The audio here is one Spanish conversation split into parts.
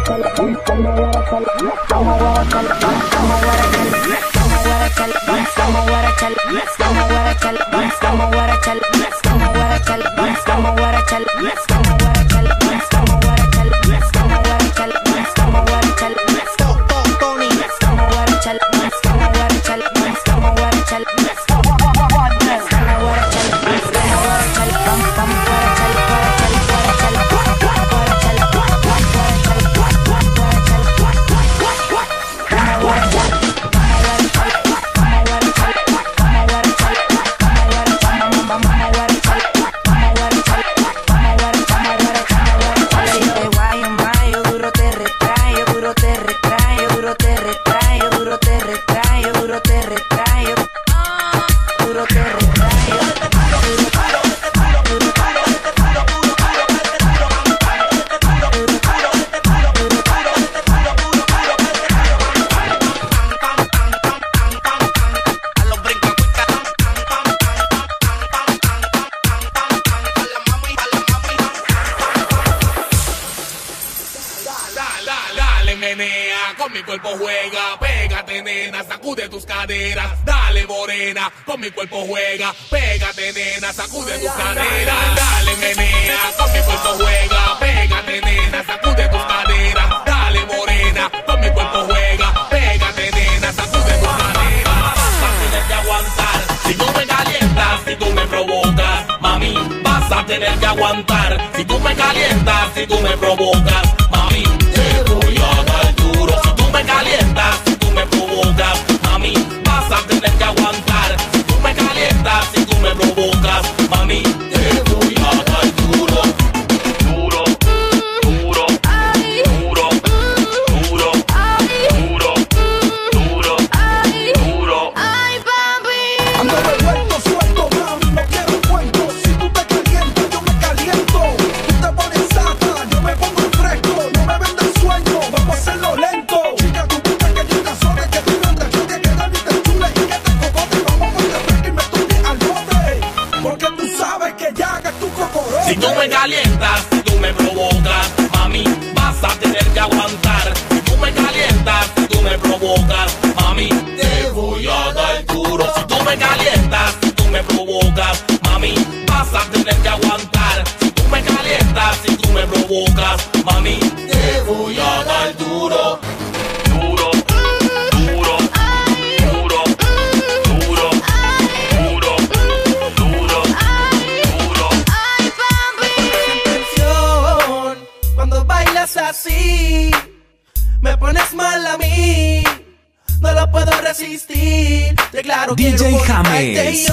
DJ James.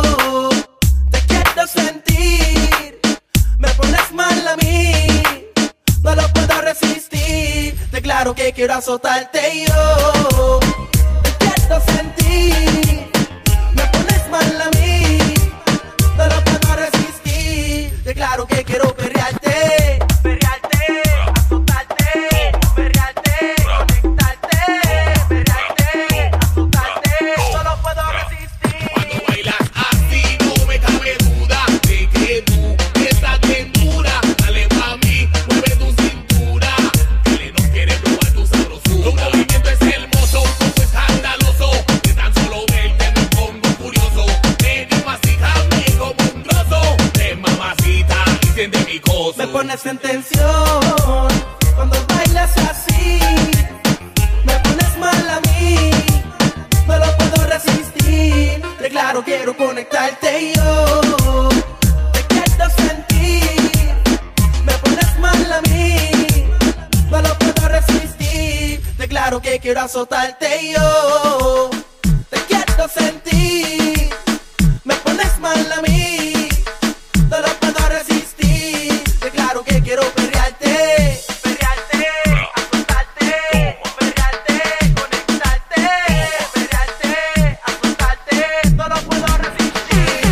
Te quiero sentir, me pones mal a mí, no lo puedo resistir. Declaro que quiero azotarte yo. Te quiero sentir, me pones mal a mí, no lo puedo resistir. Declaro que quiero perrearte, perrearte, azotarte, perrearte, conectarte, perrearte, azotarte. No lo puedo resistir. Cuando bailas así no me cabe duda de que tú estás bien dura. Dale mami, mueve tu cintura, que no quiere probar tu sabrosura. Tu movimiento es hermoso, poco escandaloso, de tan solo verte me pongo furioso. Ven y mastícame como un trozo de mamacita y siente mi coso. Me pones en tensión cuando bailas así, me pones mal a mí, no lo puedo resistir. Declaro quiero conectarte yo. Te quiero sentir, me pones mal a mí, no lo puedo resistir. Declaro que quiero azotarte yo. Te quiero sentir, me pones mal a mí, no lo puedo resistir. Declaro que quiero perrearte, perrearte, azotarte, perrearte, conectarte, perrearte, azotarte. No lo puedo resistir.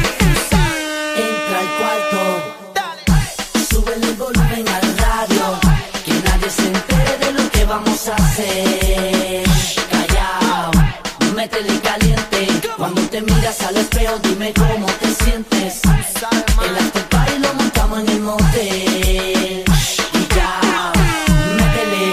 Entra al cuarto, súbele el volumen al radio, que nadie se entere de lo que vamos a hacer. Callao, métele caliente, cuando te miras al espejo dime cómo te sientes. El after party lo montamos en el motel. Y ya, métele,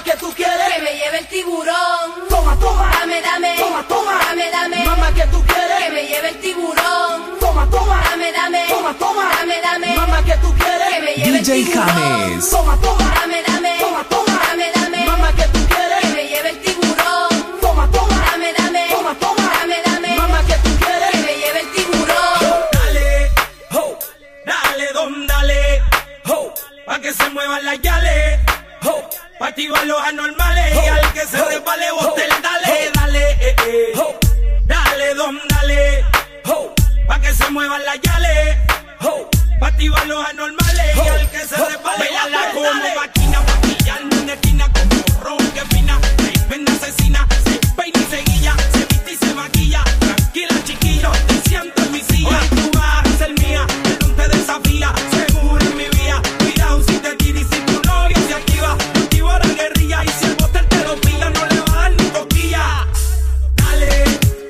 ¿qué tú quieres? Que me lleve el tiburón. Toma, toma. Dame, dame. Toma, toma. Dame, dame. Mamá, ¿qué tú quieres? Que me lleve el tiburón. Toma, toma. Dame, dame. Toma, toma. Dame, dame. Mamá, ¿qué tú quieres? Que me lleve el DJ tiburón. James. Toma, toma. Dame, dame. Toma, toma. Dame, dame. Mamá, ¿qué tú quieres? Que me lleve el tiburón. Toma, toma. Dame, dame. Toma, toma. Dame, dame. Mamá, ¿qué tú quieres? Que me lleve el tiburón. Dale, ho, dale, don, dale, ho, pa' que se muevan las yales, ho, pa' activar los anormales y al que se resbale botel, dale, dale, ho, dale, don, dale, ho, pa' que se muevan las yales, ho, pa' activar los anormales y al que se resbale, bailala como máquina, maquillando en esquina como ron que fina, se vende asesina, se peina y se guilla, se viste y se maquilla, tranquila chiquillo, te siento en mi silla, tú vas a ser mía, el don te desafía, seguro en mi vía, cuidado si te tira y si tu novia se activa, activo la guerrilla y si el botel te lo pilla no le va a dar ni cosquilla, dale,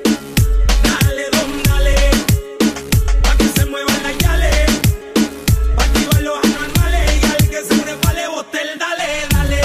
dale don, dale, pa' que se muevan las yales, pa' activar los anormales y al que se resbale botel, dale, dale,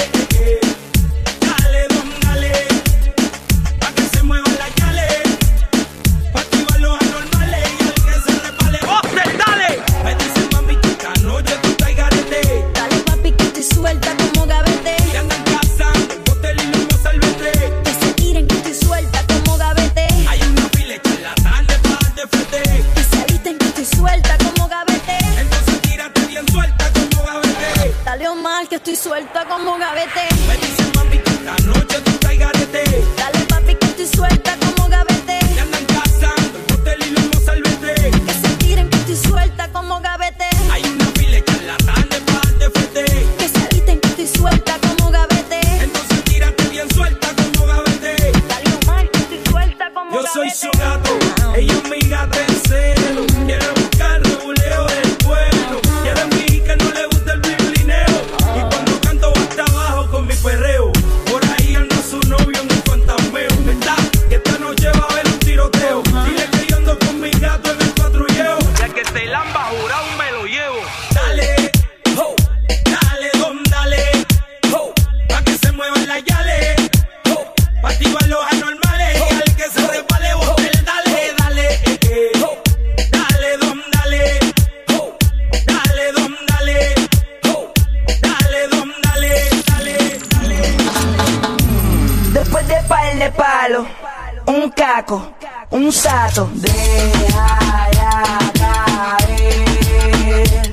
dale don, dale, pa' que se muevan las yales, pa' activar los anormales y al que se resbale botel, dale. Me dicen mami que esta noche tú estás garete, Dale papi que estoy suelta como gavete. que andan cazando el botel y los mozalbetes. Que se tiren que estoy suelta como gavete. Hay una fila de charlatanes para darte frente, Que se alisten que estoy suelta como gavete. entonces tírate bien suelta como gavete. Dale Omar que estoy suelta como gavete. Me dicen mami que esta noche tú estás garete, Dale papi que estoy suelta como gavete. que andan cazando el botel y los mozalbetes. Que se tiren que estoy suelta como gavete. Hay una fila de charlatanes para darte frente, Que se alisten que estoy suelta como gavete. entonces tírate bien suelta como gavete. Dale Omar que estoy suelta como Yo gavete. soy su gato, ella es mi gata en celo. Quiere buscar reguleo del pueblo, quiere fingir que no le gusta el biblineo. Y cuando canto va hasta abajo con mi perreo, por ahí anda su novio en un fantasmeo. ¿Verdad? Que esta noche va a haber un tiroteo. Dile que yo ando con mi gato en el patrulleo. Ya que te lamba jurado me lo llevo. Dale, ho, dale, don, dale, ho, pa' que se muevan las yales, ho, pa' activar los anormales y al que se resbale botel, dale, dale, ho, dale, don, dale, ho, dale, don, dale, ho, dale, don, dale, dale, dale. Después de par de palos, un caco, un sato. Deja ya caer,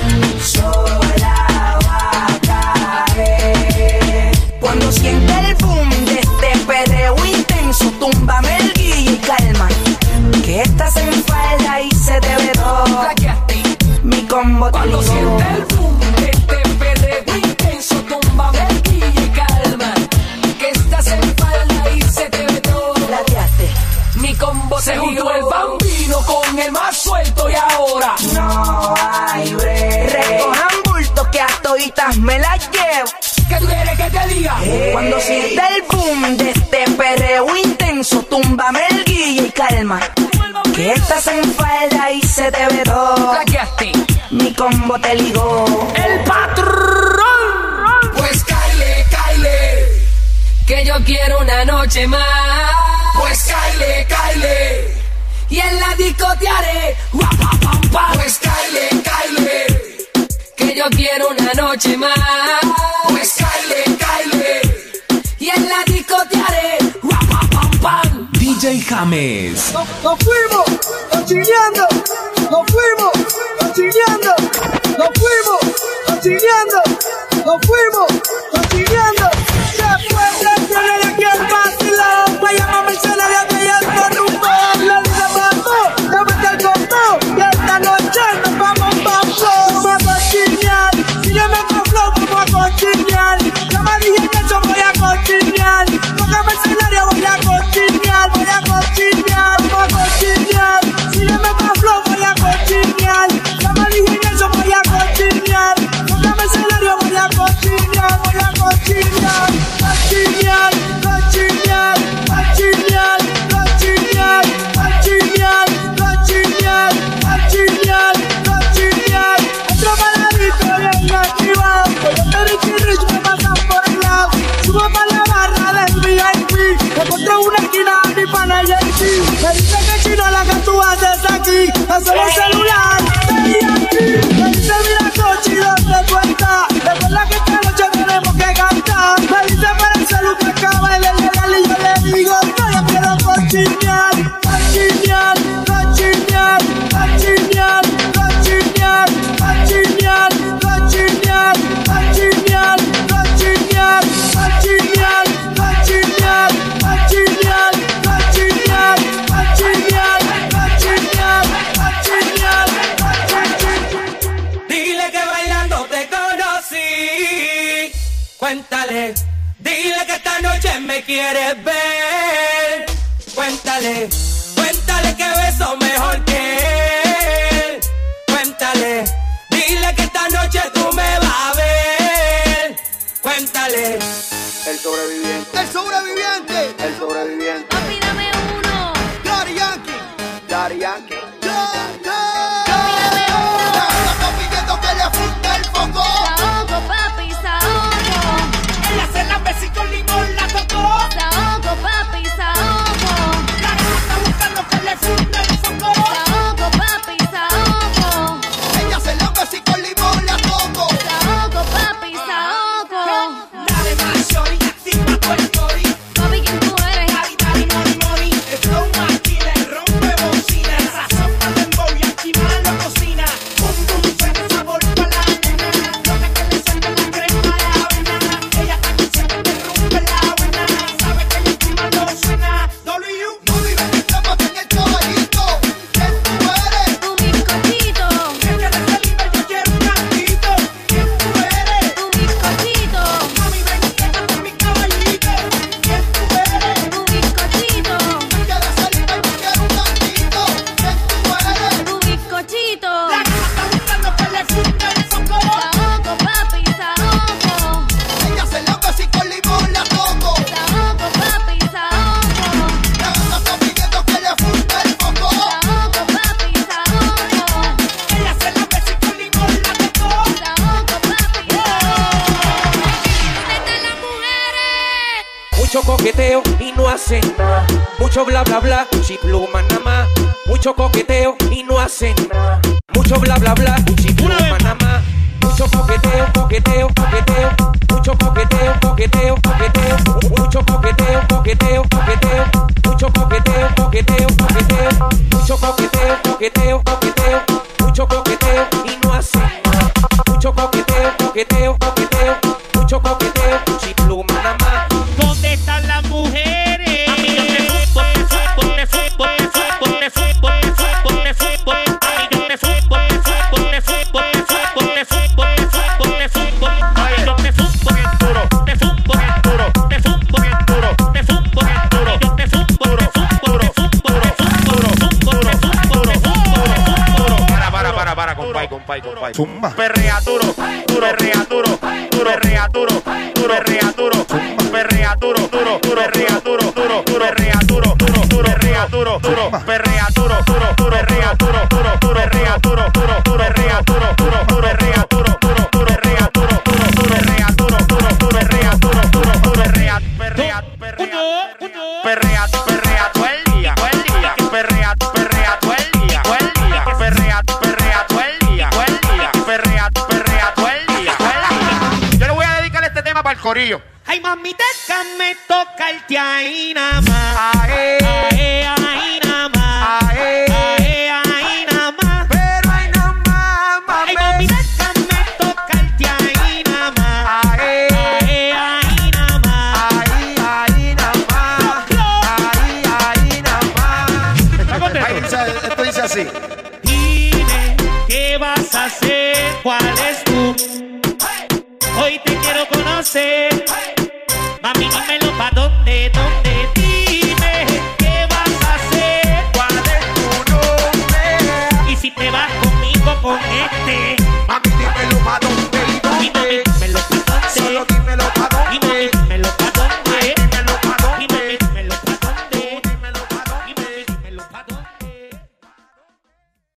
sola va a caer. Cuando siente el boom de este perreo intenso, túmbame el guille y calma, que estás en falda y se te ve todo. Mi combo te Cuando ligó. siente el boom de este perreo intenso, túmbame el guille y calma, que estás en falda y se te ve todo. Plateaste. Mi combo se juntó el bambino con el más suelto y ahora No hay break. Recojan bultos que a toditas me las llevo. ¿qué tú quieres que te diga? Cuando sienta el boom de este perreo intenso, túmbame el guille y calma, que estás en falda y se te ve todo. Plaqueaste. Mi combo te ligó. El patrón. Pues Kyle, que yo quiero una noche más. Pues Kyle, y en la disco te haré guapapampa. Pues Kyle, que yo quiero una noche más. Pues Kyle, y en la disco te haré guapapam. DJ James. Nos fuimos, conciliando. Nos fuimos, conciliando. Nos fuimos, conciliando. Nos fuimos, conciliando. Después de tener aquí el vacilón, vaya a mercenaria que ya está rumbo. La vida pasó, ya mete el combo. Y esta noche nos vamos vamos a conciliar. Sígueme con flow, vamos a conciliar. Ya me dije que yo voy a conciliar. Porque mercenaria voy a conciliar. Voy a conciliar, vamos a conciliar. Sígueme con flow, voy a conciliar. Ya me dije que yo voy a conciliar. Porque mercenaria voy a conciliar. Voy a conciliar. Pásame el celular, ven aquí. Me dice mira Cochi, ¿dónde tú estás? Recuerda que esta noche tenemos que cantar. Me dice para el celular que acaba el legal y yo le digo que yo quiero cochinear, cochinear, cochinear, cochinear, cochinear, cochinear, cochinear, cochinear, cochinear, cochinear, cochinear, cochinear, cochinear, cochinear, cochinear, cochinear, cochinear. Dile que bailando te conocí. Cuéntale. Dile que esta noche me quieres ver. Cuéntale. Cuéntale que beso mejor que él. Cuéntale. Dile que esta noche tú me vas a ver. Cuéntale. El sobreviviente. El sobreviviente. El sobreviviente. Papi, dame uno. Daddy Yankee. Daddy Yankee. Papi, dame uno. Está pidiendo que le funda el foco. Saoco, papi, saoco. Ella se la besí con limón, la tocó. Saoco, papi, saoco. La gata está buscando que le funda el foco. Saoco, papi, saoco. Ella se la besí con limón, la tocó. Saoco, papi, saoco. Dale más, shorty, activa tu story. Papi, ¿quién tú eres? Daddy, daddy, money, money. El flow más killer, rompe bocina. Sazón para dembow y activa la cocina. Boom, boom, suena el sabor pa' la nena. Loca que le suelta la crema a la avena. Ella está que se te rompe la avena. Sabe que el encima no suena. W. No vives ni trampas en el caballito. ¿Quién tú eres? Tu bizcochito. Que te des libre, yo quiero un cantito. ¿Quién tú eres? Tu bizcochito. Mami, ven, quédate con mi caballito. ¿Quién tú eres? Tu bizcochito. Que de salida yo quiero un cantito. ¿Quién tú eres? Tu bizcochito. La gata está buscando que le funda el foco. Saoco, papi, saoco. Ella se la besí con limón, la toco. Saoco, papi, saoco. La gata está pidiendo que le funda el foco. Saoco, papi, saoco. Ella se la besí con limón, la tocó. Saoco, papi, saoco. ¿Dónde están las mujeres? Mucho coqueteo y no hacen nada. Mucho bla bla bla, si pluma nada más. Mucho coqueteo y no hacen nada. Mucho bla bla bla, si pluma nada más. Mucho coqueteo, coqueteo, coqueteo. Mucho coqueteo, coqueteo, coqueteo. Mucho coqueteo, coqueteo, coqueteo. Mucho coqueteo, coqueteo, coqueteo. Mucho coqueteo, coqueteo, coqueteo. Mucho coqueteo y no hacen nada. Mucho coqueteo, coqueteo, coqueteo. Mucho coqueteo, si pluma nada más. ¿Dónde están las mujeres? A mí yo te supo, te supo, te supo, te supo, te supo, te supo, te supo. A mí yo te supo, te supo, te supo, te supo, te supo, te supo, te supo. A mí yo te supo bien duro, te supo bien duro, te supo bien duro, te supo bien duro. Yo te supo, te supo, te supo, te supo, te supo, te supo, te supo. Para, compay. Zumba. Perrea duro, perrea duro, perrea duro, perrea duro, perrea duro, perrea duro, perrea duro, perrea duro, perrea duro, perrea duro, perrea duro, perrea duro, perrea duro, perrea duro, perrea duro, perrea todo el día, perrea todo el día, perrea todo el día, perrea todo el día. Yo le voy a dedicar este tema para el corillo. Ay, mamita, déjame tocarte ahí nada más. Ahí nada más. Ahí nada más. Pero ahí nada más, mami. Ay, mamita, déjame tocarte ahí nada más. Ahí nada más. Ahí nada más. Ahí nada más. Esto dice así. Dime, ¿qué vas a hacer? ¿Cuál es tu? Hoy te quiero conocer. Mami, dímelo pa' dónde.